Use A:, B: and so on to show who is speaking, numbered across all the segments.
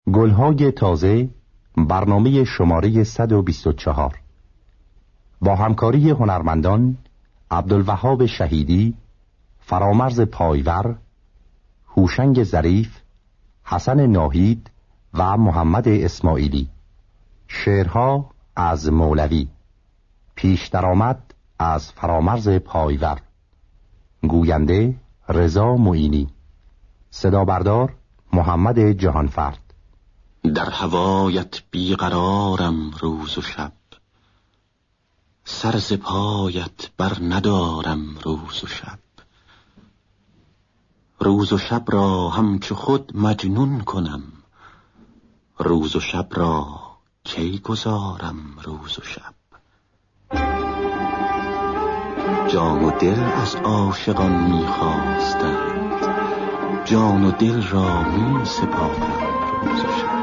A: گلهای تازه، برنامه شماره 124 با همکاری هنرمندان عبدالوهاب شهیدی، فرامرز پایور، هوشنگ ظریف، حسن ناهید و محمد اسماعیلی. شعرها از مولوی. پیش درآمد از فرامرز پایور. گوینده رضا معینی. صدا بردار محمد جهانفرد.
B: در هوایت بیقرارم روز و شب، سر ز پایت بر ندارم روز و شب. روز و شب را همچو خود مجنون کنم، روز و شب را کی گذارم روز و شب. جان و دل از عاشقان می‌خواستند، جان و دل را می سپارم روز و شب.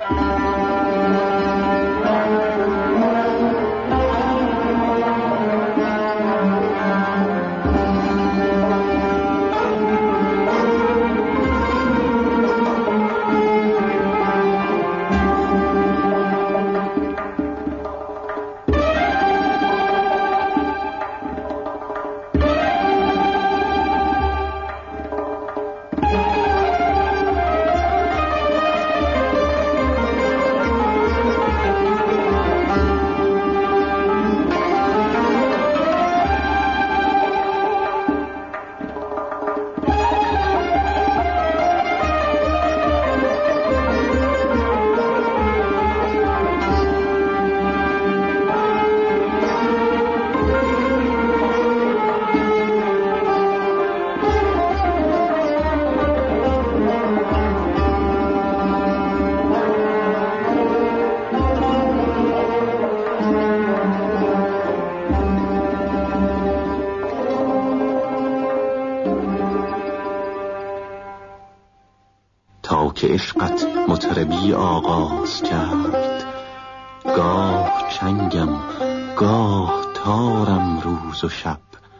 B: که عشقت مطربی آغاز کرد، گاه چنگم گاه تارم روز و شب.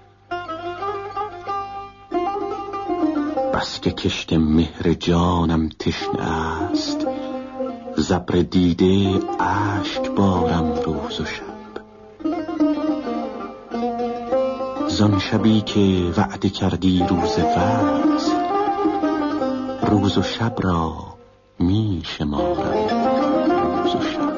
B: بس که کشت مهر جانم تشنه است، ز ابر دیده اشک بارم روز و شب. زان شبی که وعده کردی روز وصل، روز و شب را می شمارم روز و شب.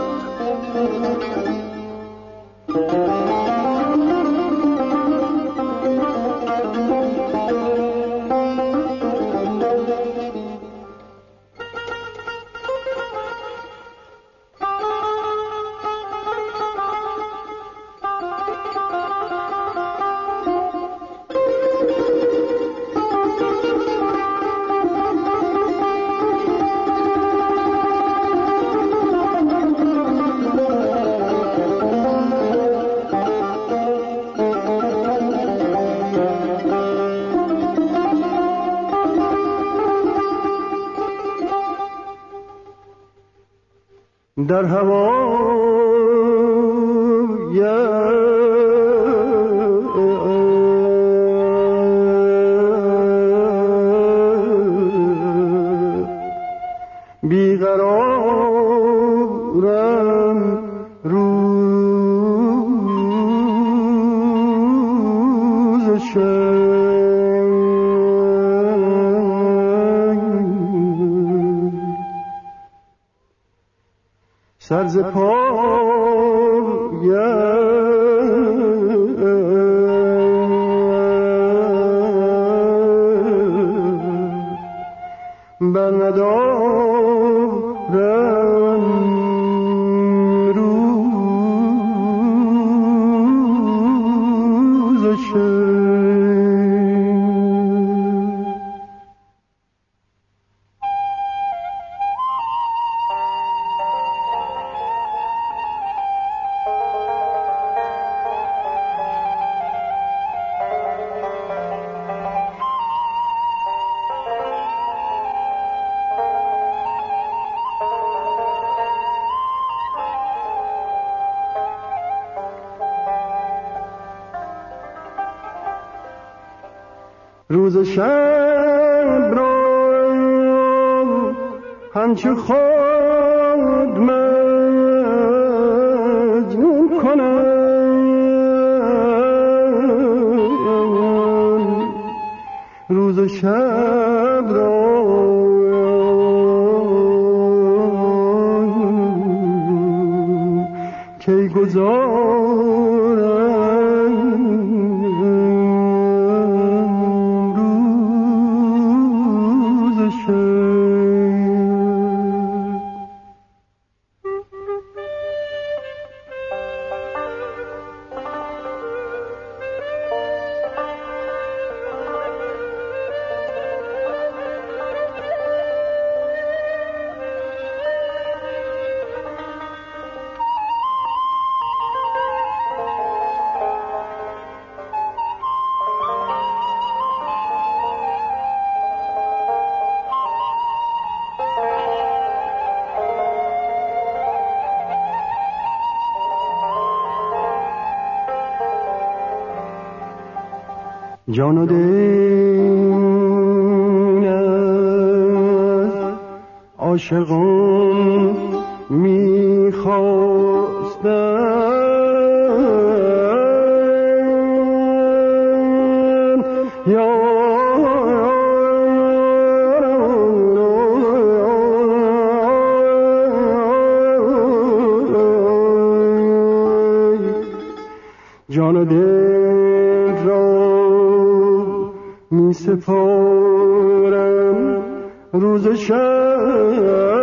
C: در هوای بیقرارم روز و شب. سر ز پایم بر ندارم روز و شب. روز و شب را همچو خود مجنون کنم. روز و شب را کی گذارم جان و دل از عاشقان می‌خواستند یا جان و دل را می سپارم روز و شب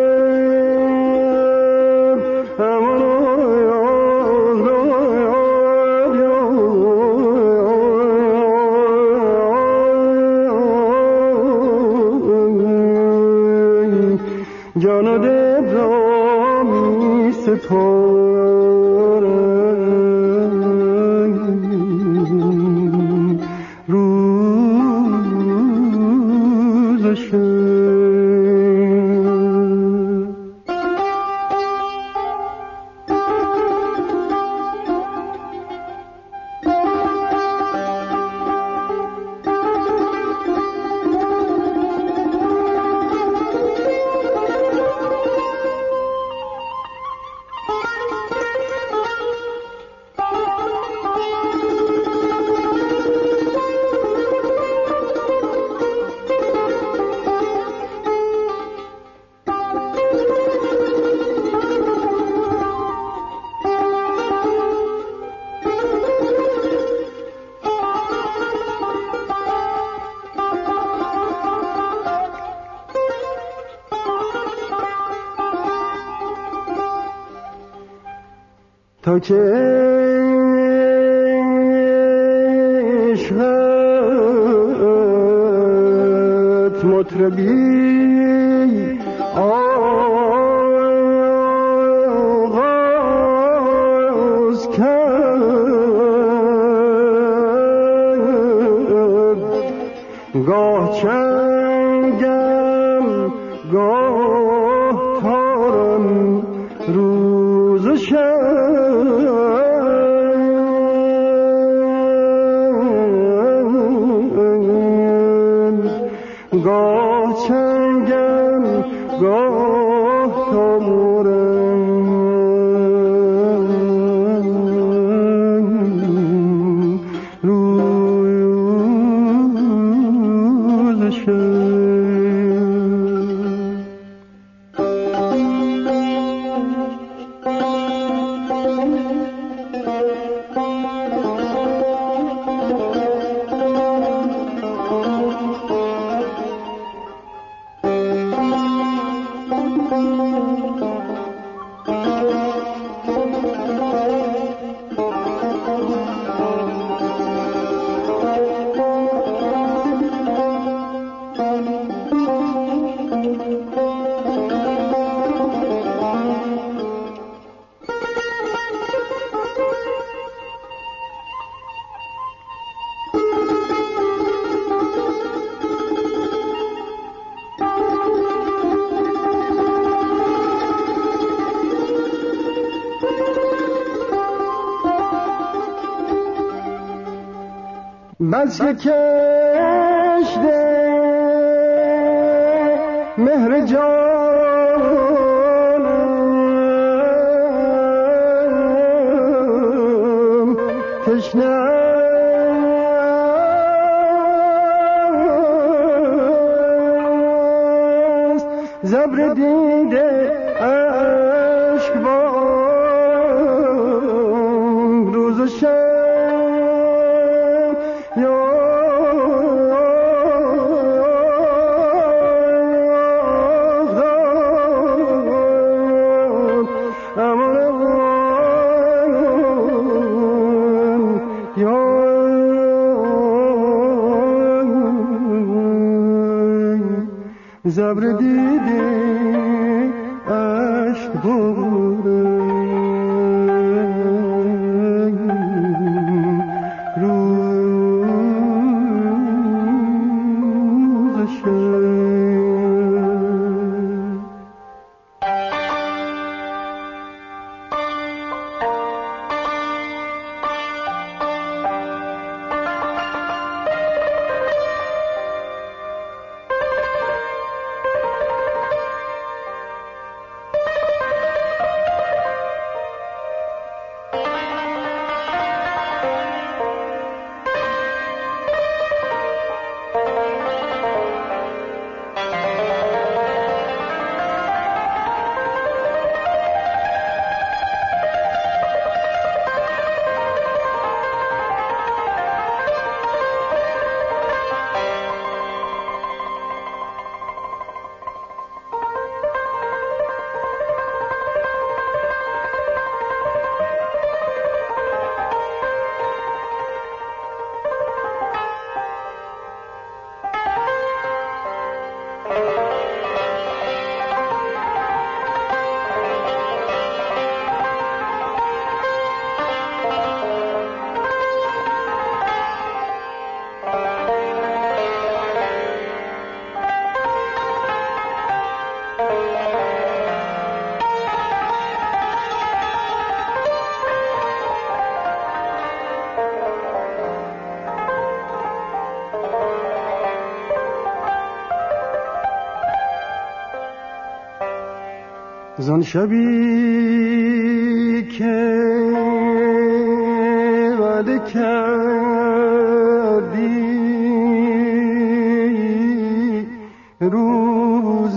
C: جان و دل را می سپارم روز و شب. تا که عشقت مطربی آغاز کرد گاه چنگم گاه تارم روز و شب گاه چنگم گاه تارم روز و شب. بس که کشته مهر جانم تشنه است زبر دیده عشق بارم روز و شب زبر دیده عشق بارم روز شب. زان شبی که وعده کردی روز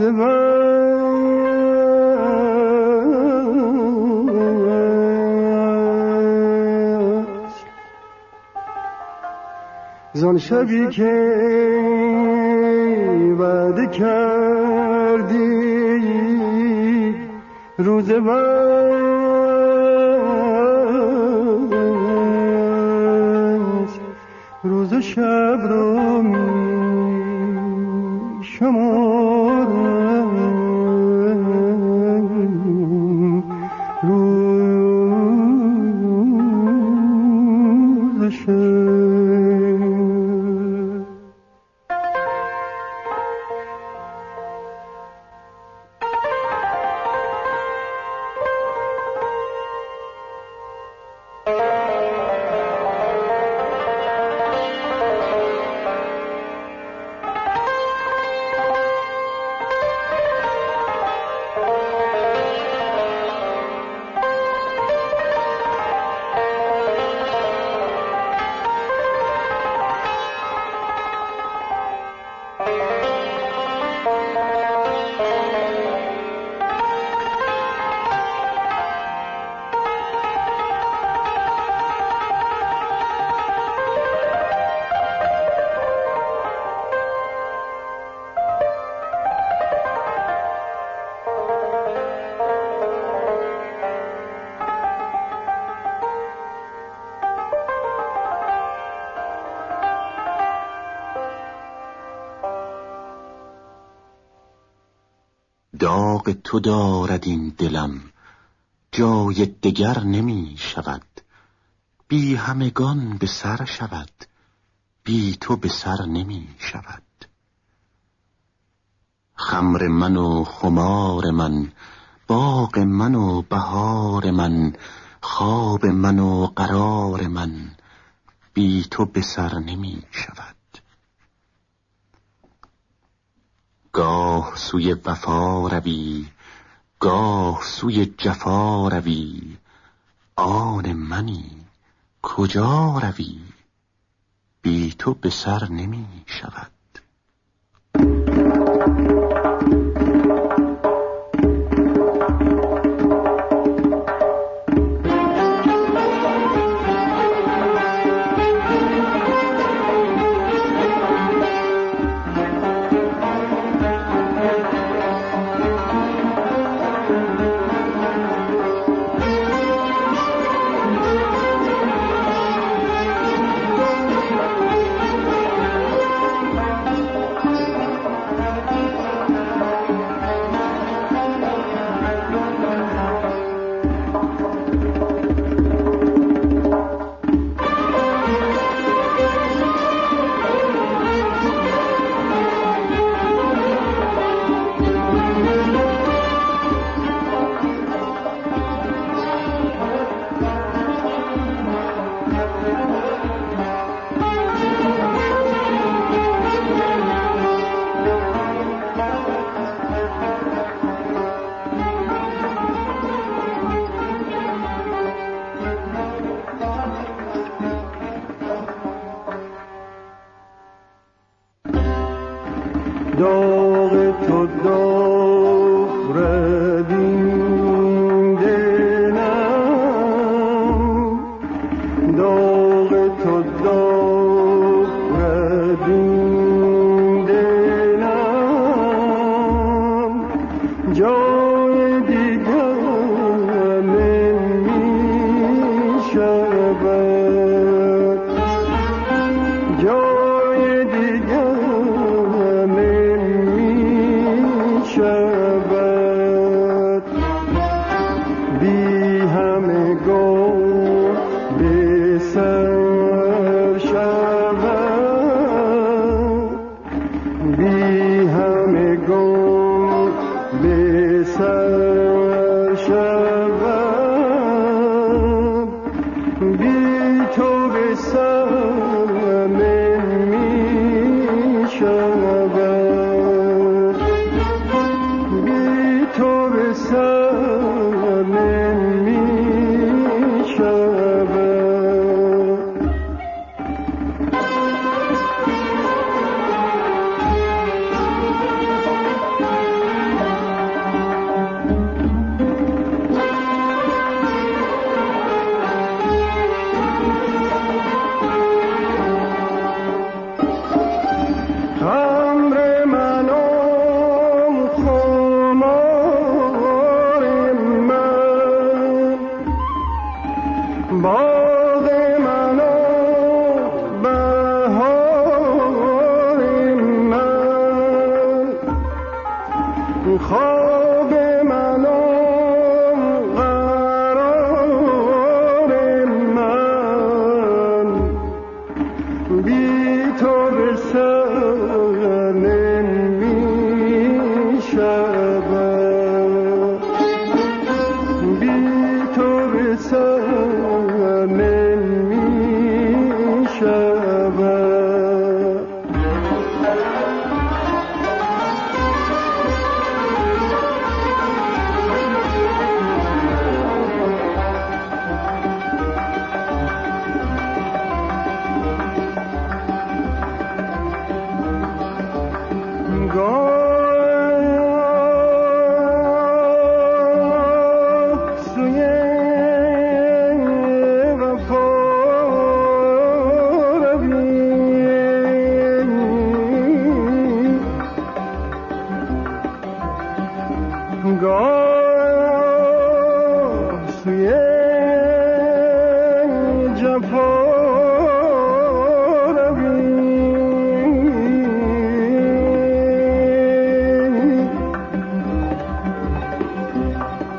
C: زان شبی که وعده کردی روز بس روز و شب رو می شمارم روز و شب.
B: داغ تو دارد این دلم جای دگر نمی شود، بی همگان به سر شود، بی تو به سر نمی شود. خمر من و خمار من، باغ من و بهار من، خواب من و قرار من، بی تو به سر نمی شود. گاه سوی وفا روی، گاه سوی جفا روی، آن منی کجا روی، بی تو به سر نمی شود.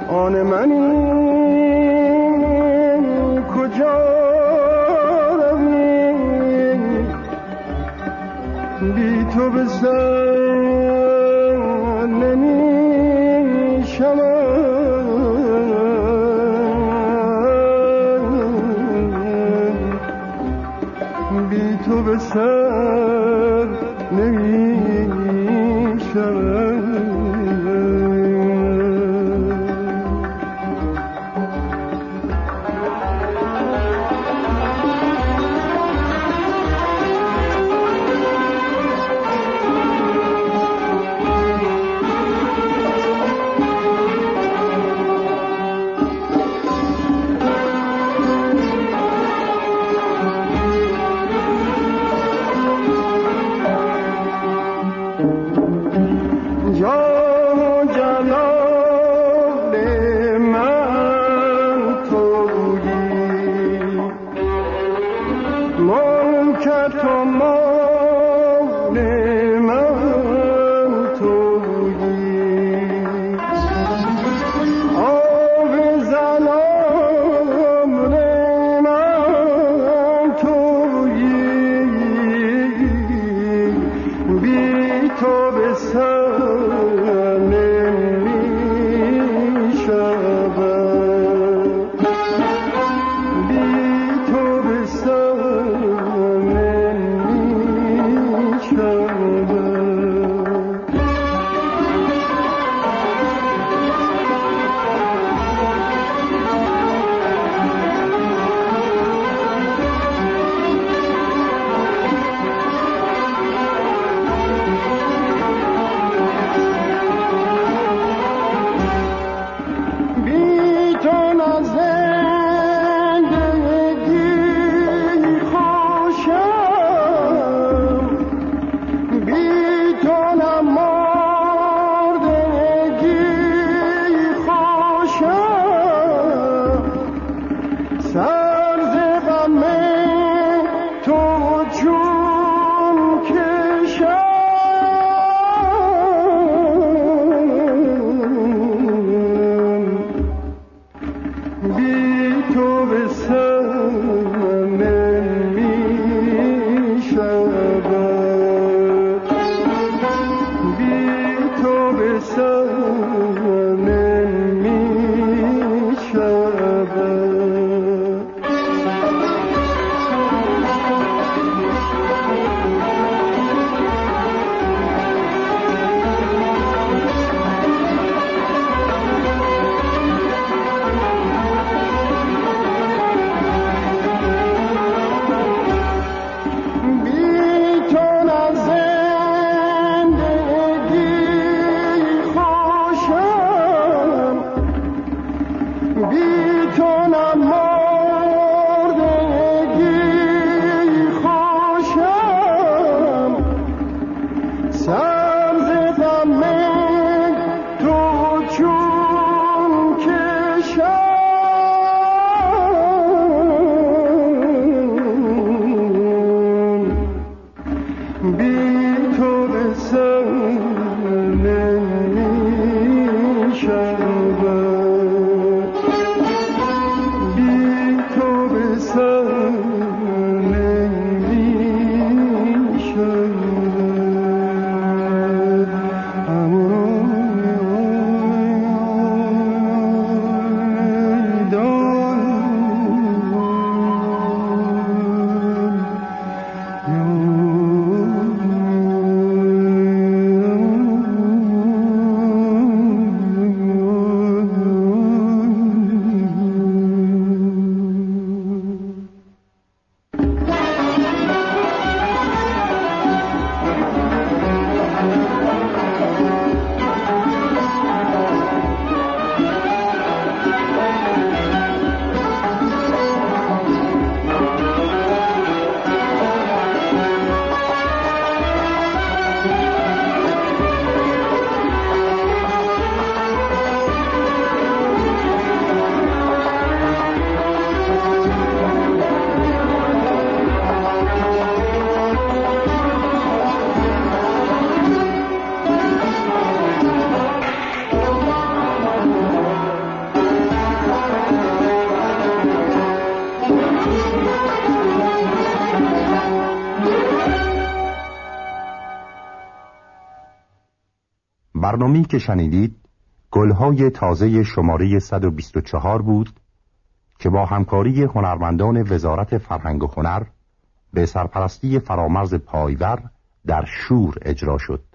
C: آن منی کجا روی بی تو به سر نمی شود بی تو به سر نمی شود
A: برنامه‌ای که شنیدید گلهای تازه شماره 124 بود که با همکاری هنرمندان وزارت فرهنگ و هنر به سرپرستی فرامرز پایور در شور اجرا شد.